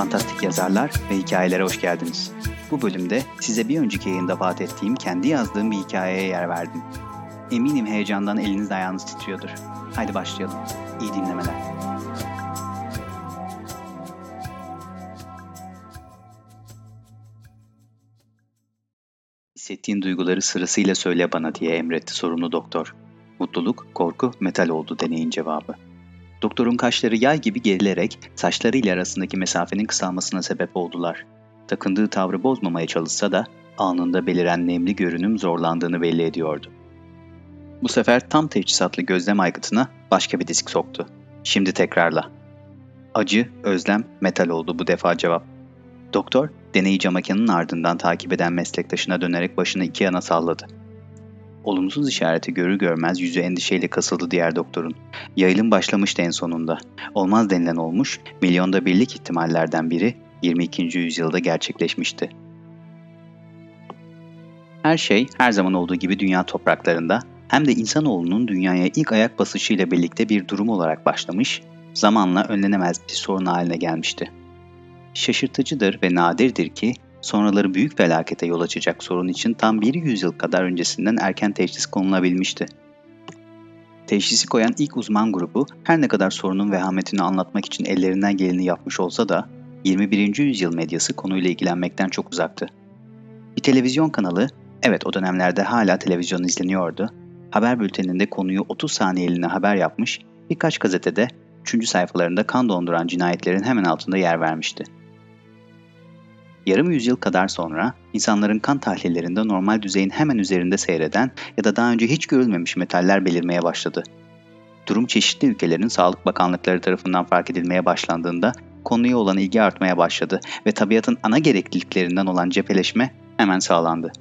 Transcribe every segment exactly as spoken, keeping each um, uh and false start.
Fantastik yazarlar ve hikayelere hoş geldiniz. Bu bölümde size bir önceki yayında vaat ettiğim kendi yazdığım bir hikayeye yer verdim. Eminim heyecandan eliniz ayağınız titriyordur. Haydi başlayalım. İyi dinlemeler. Hissettiğin duyguları sırasıyla söyle bana diye emretti sorumlu doktor. Mutluluk, korku, metal oldu deneyin cevabı. Doktorun kaşları yay gibi gerilerek saçlarıyla arasındaki mesafenin kısalmasına sebep oldular. Takındığı tavrı bozmamaya çalışsa da alnında beliren nemli görünüm zorlandığını belli ediyordu. Bu sefer tam teçhizatlı gözlem aygıtına başka bir disk soktu. Şimdi tekrarla. Acı, özlem, metal oldu bu defa cevap. Doktor, deneyi camakanın ardından takip eden meslektaşına dönerek başını iki yana salladı. Olumsuz işareti görür görmez yüzü endişeyle kasıldı diğer doktorun. Yayılım başlamıştı en sonunda. Olmaz denilen olmuş, milyonda birlik ihtimallerden biri yirmi ikinci yüzyılda gerçekleşmişti. Her şey her zaman olduğu gibi dünya topraklarında hem de insanoğlunun dünyaya ilk ayak basışıyla birlikte bir durum olarak başlamış, zamanla önlenemez bir sorun haline gelmişti. Şaşırtıcıdır ve nadirdir ki sonraları büyük felakete yol açacak sorun için tam bir yüzyıl kadar öncesinden erken teşhis konulabilmişti. Teşhisi koyan ilk uzman grubu her ne kadar sorunun vehametini anlatmak için ellerinden geleni yapmış olsa da yirmi birinci yüzyıl medyası konuyla ilgilenmekten çok uzaktı. Bir televizyon kanalı, evet o dönemlerde hala televizyon izleniyordu, haber bülteninde konuyu otuz saniyeliğine haber yapmış, birkaç gazetede üçüncü sayfalarında kan donduran cinayetlerin hemen altında yer vermişti. Yarım yüzyıl kadar sonra insanların kan tahlillerinde normal düzeyin hemen üzerinde seyreden ya da daha önce hiç görülmemiş metaller belirmeye başladı. Durum çeşitli ülkelerin sağlık bakanlıkları tarafından fark edilmeye başlandığında konuya olan ilgi artmaya başladı ve tabiatın ana gerekliliklerinden olan cepheleşme hemen sağlandı.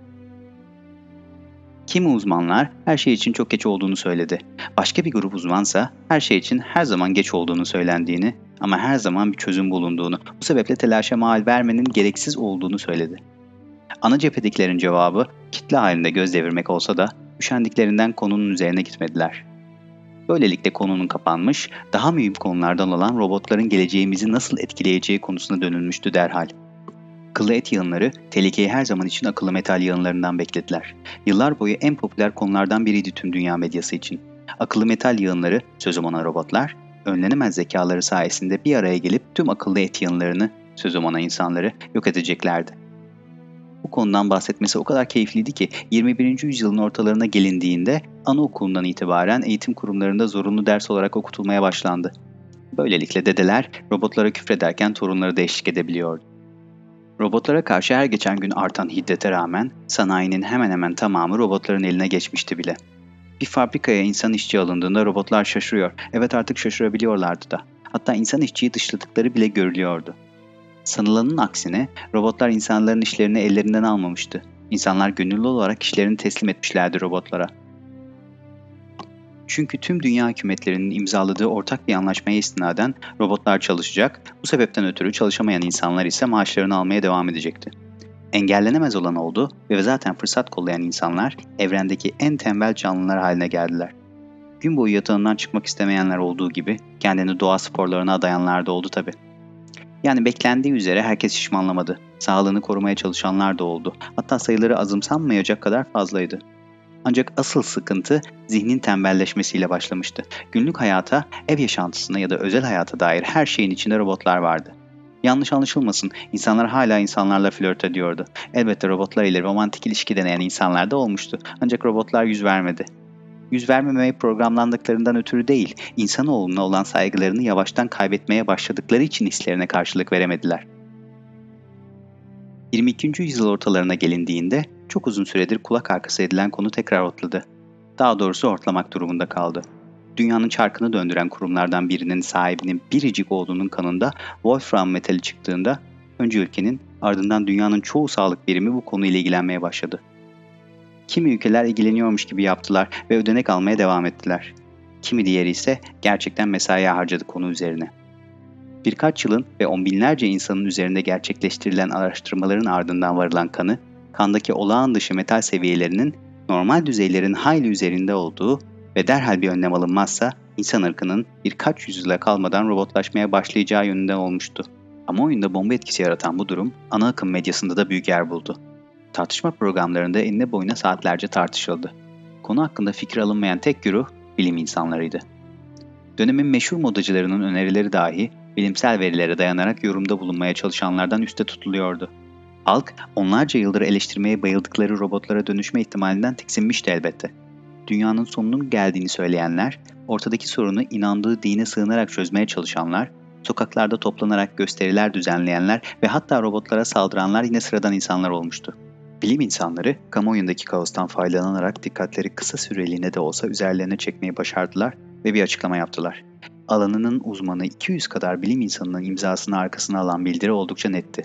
Kimi uzmanlar her şey için çok geç olduğunu söyledi. Başka bir grup uzmansa her şey için her zaman geç olduğunu söylendiğini ama her zaman bir çözüm bulunduğunu, bu sebeple telaşa mal vermenin gereksiz olduğunu söyledi. Ana cephedekilerin cevabı kitle halinde göz devirmek olsa da üşendiklerinden konunun üzerine gitmediler. Böylelikle konunun kapanmış, daha mühim konulardan olan robotların geleceğimizi nasıl etkileyeceği konusuna dönülmüştü derhal. Akıllı et yığınları tehlikeyi her zaman için akıllı metal yığınlarından beklediler. Yıllar boyu en popüler konulardan biriydi tüm dünya medyası için. Akıllı metal yığınları, sözüm ona robotlar, önlenemez zekaları sayesinde bir araya gelip tüm akıllı et yığınlarını, sözüm ona insanları, yok edeceklerdi. Bu konudan bahsetmesi o kadar keyifliydi ki yirmi birinci yüzyılın ortalarına gelindiğinde anaokulundan itibaren eğitim kurumlarında zorunlu ders olarak okutulmaya başlandı. Böylelikle dedeler robotlara küfrederken torunları da eşlik edebiliyordu. Robotlara karşı her geçen gün artan hiddete rağmen sanayinin hemen hemen tamamı robotların eline geçmişti bile. Bir fabrikaya insan işçi alındığında robotlar şaşırıyor. Evet artık şaşırabiliyorlardı da. Hatta insan işçiyi dışladıkları bile görülüyordu. Sanılanın aksine robotlar insanların işlerini ellerinden almamıştı. İnsanlar gönüllü olarak işlerini teslim etmişlerdi robotlara. Çünkü tüm dünya hükümetlerinin imzaladığı ortak bir anlaşmaya istinaden robotlar çalışacak, bu sebepten ötürü çalışamayan insanlar ise maaşlarını almaya devam edecekti. Engellenemez olan oldu ve zaten fırsat kollayan insanlar evrendeki en tembel canlılar haline geldiler. Gün boyu yatağından çıkmak istemeyenler olduğu gibi kendini doğa sporlarına adayanlar da oldu tabii. Yani beklendiği üzere herkes şişmanlamadı. Sağlığını korumaya çalışanlar da oldu. Hatta sayıları azımsanmayacak kadar fazlaydı. Ancak asıl sıkıntı zihnin tembelleşmesiyle başlamıştı. Günlük hayata, ev yaşantısına ya da özel hayata dair her şeyin içinde robotlar vardı. Yanlış anlaşılmasın, insanlar hala insanlarla flört ediyordu. Elbette robotlar ile romantik ilişki deneyen insanlar da olmuştu. Ancak robotlar yüz vermedi. Yüz vermemeye programlandıklarından ötürü değil, insanoğluna olan saygılarını yavaştan kaybetmeye başladıkları için hislerine karşılık veremediler. yirmi ikinci yüzyıl ortalarına gelindiğinde çok uzun süredir kulak arkası edilen konu tekrar otladı. Daha doğrusu ortlamak durumunda kaldı. Dünyanın çarkını döndüren kurumlardan birinin sahibinin biricik oğlunun kanında Wolfram metali çıktığında önce ülkenin ardından dünyanın çoğu sağlık birimi bu konuyla ilgilenmeye başladı. Kimi ülkeler ilgileniyormuş gibi yaptılar ve ödenek almaya devam ettiler. Kimi diğeri ise gerçekten mesai harcadı konu üzerine. Birkaç yılın ve on binlerce insanın üzerinde gerçekleştirilen araştırmaların ardından varılan kanı, kandaki olağan dışı metal seviyelerinin normal düzeylerin hayli üzerinde olduğu ve derhal bir önlem alınmazsa insan ırkının birkaç yüzyıla kalmadan robotlaşmaya başlayacağı yönünde olmuştu. Kamuoyunda bomba etkisi yaratan bu durum ana akım medyasında da büyük yer buldu. Tartışma programlarında enine boyuna saatlerce tartışıldı. Konu hakkında fikir alınmayan tek güruh bilim insanlarıydı. Dönemin meşhur modacılarının önerileri dahi bilimsel verilere dayanarak yorumda bulunmaya çalışanlardan üste tutuluyordu. Halk onlarca yıldır eleştirmeye bayıldıkları robotlara dönüşme ihtimalinden tiksinmişti elbette. Dünyanın sonunun geldiğini söyleyenler, ortadaki sorunu inandığı dine sığınarak çözmeye çalışanlar, sokaklarda toplanarak gösteriler düzenleyenler ve hatta robotlara saldıranlar yine sıradan insanlar olmuştu. Bilim insanları kamuoyundaki kaostan faydalanarak dikkatleri kısa süreliğine de olsa üzerlerine çekmeyi başardılar ve bir açıklama yaptılar. Alanının uzmanı iki yüz kadar bilim insanının imzasını arkasına alan bildiri oldukça netti.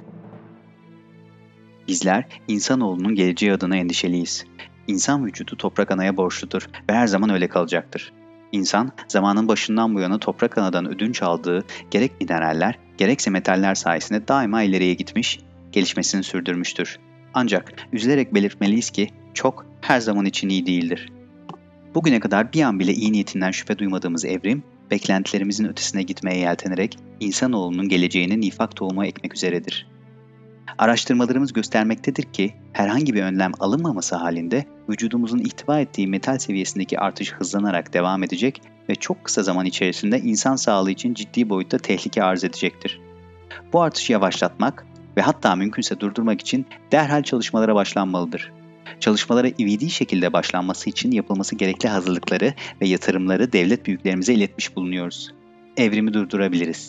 Bizler insanoğlunun geleceği adına endişeliyiz. İnsan vücudu toprak anaya borçludur ve her zaman öyle kalacaktır. İnsan, zamanın başından bu yana toprak anadan ödünç aldığı gerek mineraller, gerekse metaller sayesinde daima ileriye gitmiş, gelişmesini sürdürmüştür. Ancak üzülerek belirtmeliyiz ki çok her zaman için iyi değildir. Bugüne kadar bir an bile iyi niyetinden şüphe duymadığımız evrim, beklentilerimizin ötesine gitmeye yeltenerek insanoğlunun geleceğine nifak tohumu ekmek üzeredir. Araştırmalarımız göstermektedir ki herhangi bir önlem alınmaması halinde vücudumuzun ihtiva ettiği metal seviyesindeki artış hızlanarak devam edecek ve çok kısa zaman içerisinde insan sağlığı için ciddi boyutta tehlike arz edecektir. Bu artışı yavaşlatmak ve hatta mümkünse durdurmak için derhal çalışmalara başlanmalıdır. Çalışmalara ivedi şekilde başlanması için yapılması gerekli hazırlıkları ve yatırımları devlet büyüklerimize iletmiş bulunuyoruz. Evrimi durdurabiliriz.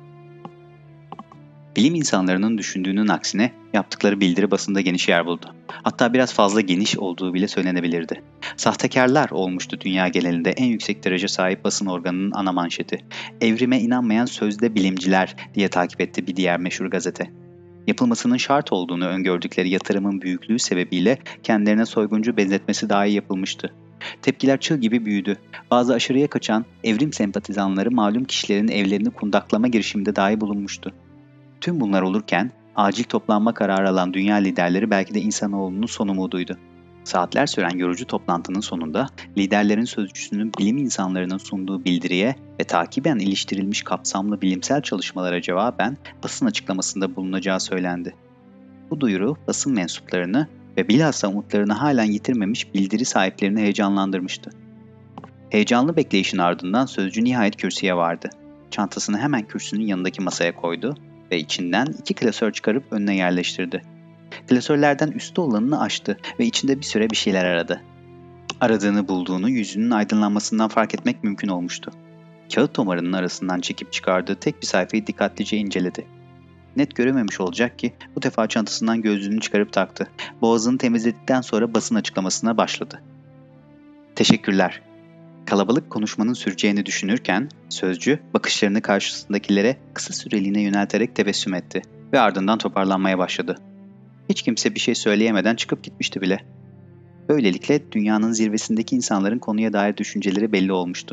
Bilim insanlarının düşündüğünün aksine yaptıkları bildiri basında geniş yer buldu. Hatta biraz fazla geniş olduğu bile söylenebilirdi. Sahtekarlar olmuştu dünya genelinde en yüksek derece sahip basın organının ana manşeti. Evrime inanmayan sözde bilimciler diye takip etti bir diğer meşhur gazete. Yapılmasının şart olduğunu öngördükleri yatırımın büyüklüğü sebebiyle kendilerine soyguncu benzetmesi dahi yapılmıştı. Tepkiler çığ gibi büyüdü. Bazı aşırıya kaçan evrim sempatizanları malum kişilerin evlerini kundaklama girişiminde dahi bulunmuştu. Tüm bunlar olurken acil toplanma kararı alan dünya liderleri belki de insanoğlunun son umuduydu. Saatler süren yorucu toplantının sonunda liderlerin sözcüsünün bilim insanlarının sunduğu bildiriye ve takiben iliştirilmiş kapsamlı bilimsel çalışmalara cevaben basın açıklamasında bulunacağı söylendi. Bu duyuru basın mensuplarını ve bilhassa umutlarını halen yitirmemiş bildiri sahiplerini heyecanlandırmıştı. Heyecanlı bekleyişin ardından sözcü nihayet kürsüye vardı. Çantasını hemen kürsünün yanındaki masaya koydu ve içinden iki klasör çıkarıp önüne yerleştirdi. Klasörlerden üstü olanını açtı ve içinde bir süre bir şeyler aradı. Aradığını bulduğunu yüzünün aydınlanmasından fark etmek mümkün olmuştu. Kağıt tomarının arasından çekip çıkardığı tek bir sayfayı dikkatlice inceledi. Net görememiş olacak ki bu defa çantasından gözlüğünü çıkarıp taktı. Boğazını temizledikten sonra basın açıklamasına başladı. Teşekkürler. Kalabalık konuşmanın süreceğini düşünürken sözcü bakışlarını karşısındakilere kısa süreliğine yönelterek tebessüm etti ve ardından toparlanmaya başladı. Hiç kimse bir şey söyleyemeden çıkıp gitmişti bile. Böylelikle dünyanın zirvesindeki insanların konuya dair düşünceleri belli olmuştu.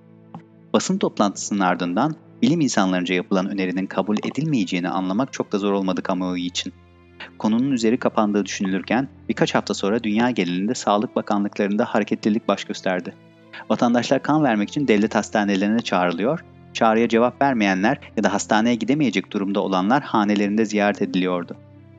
Basın toplantısının ardından bilim insanlarınca yapılan önerinin kabul edilmeyeceğini anlamak çok da zor olmadı kamuoyu için. Konunun üzeri kapandığı düşünülürken birkaç hafta sonra dünya genelinde sağlık bakanlıklarında hareketlilik baş gösterdi. Vatandaşlar kan vermek için devlet hastanelerine çağrılıyor, çağrıya cevap vermeyenler ya da hastaneye gidemeyecek durumda olanlar hanelerinde ziyaret ediliyordu.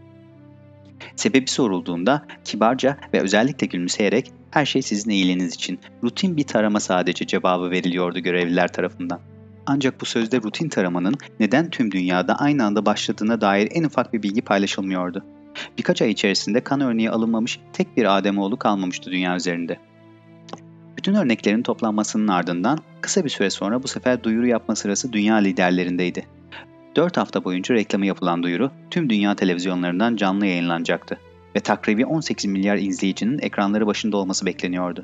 Sebebi sorulduğunda kibarca ve özellikle gülümseyerek her şey sizin iyiliğiniz için, rutin bir tarama sadece cevabı veriliyordu görevliler tarafından. Ancak bu sözde rutin taramanın neden tüm dünyada aynı anda başladığına dair en ufak bir bilgi paylaşılmıyordu. Birkaç ay içerisinde kan örneği alınmamış tek bir Ademoğlu kalmamıştı dünya üzerinde. Bütün örneklerin toplanmasının ardından kısa bir süre sonra bu sefer duyuru yapma sırası dünya liderlerindeydi. dört hafta boyunca reklamı yapılan duyuru tüm dünya televizyonlarından canlı yayınlanacaktı ve takribi on sekiz milyar izleyicinin ekranları başında olması bekleniyordu.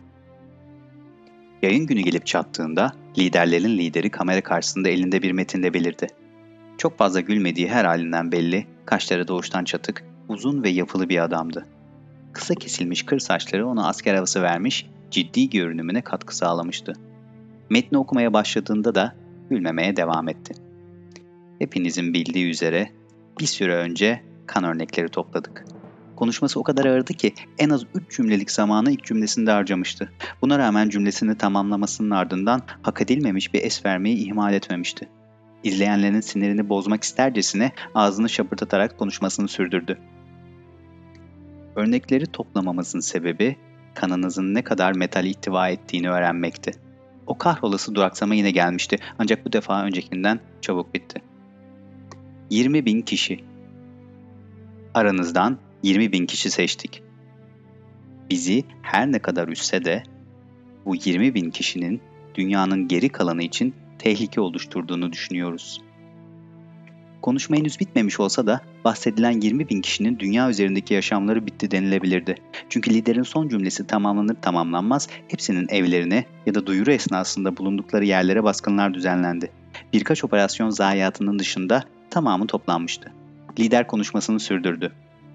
Yayın günü gelip çattığında liderlerin lideri kamera karşısında elinde bir metinde belirdi. Çok fazla gülmediği her halinden belli, kaşları doğuştan çatık, uzun ve yapılı bir adamdı. Kısa kesilmiş kır saçları ona asker havası vermiş, ciddi görünümüne katkı sağlamıştı. Metni okumaya başladığında da gülmemeye devam etti. Hepinizin bildiği üzere bir süre önce kan örnekleri topladık. Konuşması o kadar ağırdı ki en az üç cümlelik zamanı ilk cümlesinde harcamıştı. Buna rağmen cümlesini tamamlamasının ardından hak edilmemiş bir es vermeyi ihmal etmemişti. İzleyenlerin sinirini bozmak istercesine ağzını şapırdatarak konuşmasını sürdürdü. Örnekleri toplamamızın sebebi kanınızın ne kadar metal ihtiva ettiğini öğrenmekti. O kahrolası duraksama yine gelmişti ancak bu defa öncekinden çabuk bitti. yirmi bin kişi. Aranızdan yirmi bin kişi seçtik. Bizi her ne kadar üzse de bu yirmi bin kişinin dünyanın geri kalanı için tehlike oluşturduğunu düşünüyoruz. Konuşma henüz bitmemiş olsa da bahsedilen yirmi bin kişinin dünya üzerindeki yaşamları bitti denilebilirdi. Çünkü liderin son cümlesi tamamlanır tamamlanmaz hepsinin evlerine ya da duyuru esnasında bulundukları yerlere baskınlar düzenlendi. Birkaç operasyon zayiatının dışında tamamı toplanmıştı. Lider konuşmasını sürdürdü.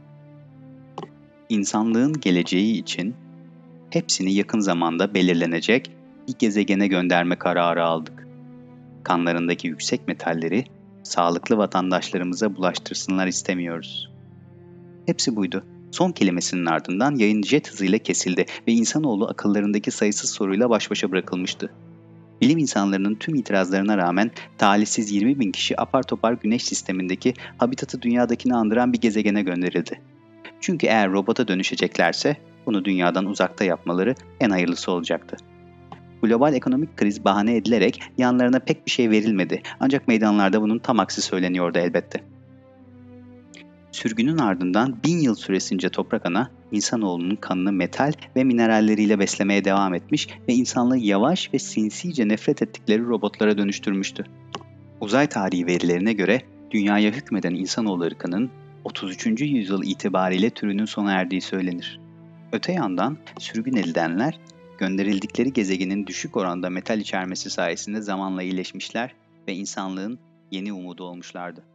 İnsanlığın geleceği için hepsini yakın zamanda belirlenecek bir gezegene gönderme kararı aldık. Kanlarındaki yüksek metalleri sağlıklı vatandaşlarımıza bulaştırsınlar istemiyoruz. Hepsi buydu. Son kelimesinin ardından yayın jet hızıyla kesildi ve insanoğlu akıllarındaki sayısız soruyla baş başa bırakılmıştı. Bilim insanlarının tüm itirazlarına rağmen talihsiz yirmi bin kişi apar topar Güneş sistemindeki habitatı dünyadakini andıran bir gezegene gönderildi. Çünkü eğer robota dönüşeceklerse bunu dünyadan uzakta yapmaları en hayırlısı olacaktı. Global ekonomik kriz bahane edilerek yanlarına pek bir şey verilmedi ancak meydanlarda bunun tam aksi söyleniyordu elbette. Sürgünün ardından bin yıl süresince toprak ana insanoğlunun kanını metal ve mineralleriyle beslemeye devam etmiş ve insanlığı yavaş ve sinsice nefret ettikleri robotlara dönüştürmüştü. Uzay tarihi verilerine göre dünyaya hükmeden insanoğlu ırkının otuz üçüncü yüzyıl itibariyle türünün sona erdiği söylenir. Öte yandan sürgün edilenler gönderildikleri gezegenin düşük oranda metal içermesi sayesinde zamanla iyileşmişler ve insanlığın yeni umudu olmuşlardı.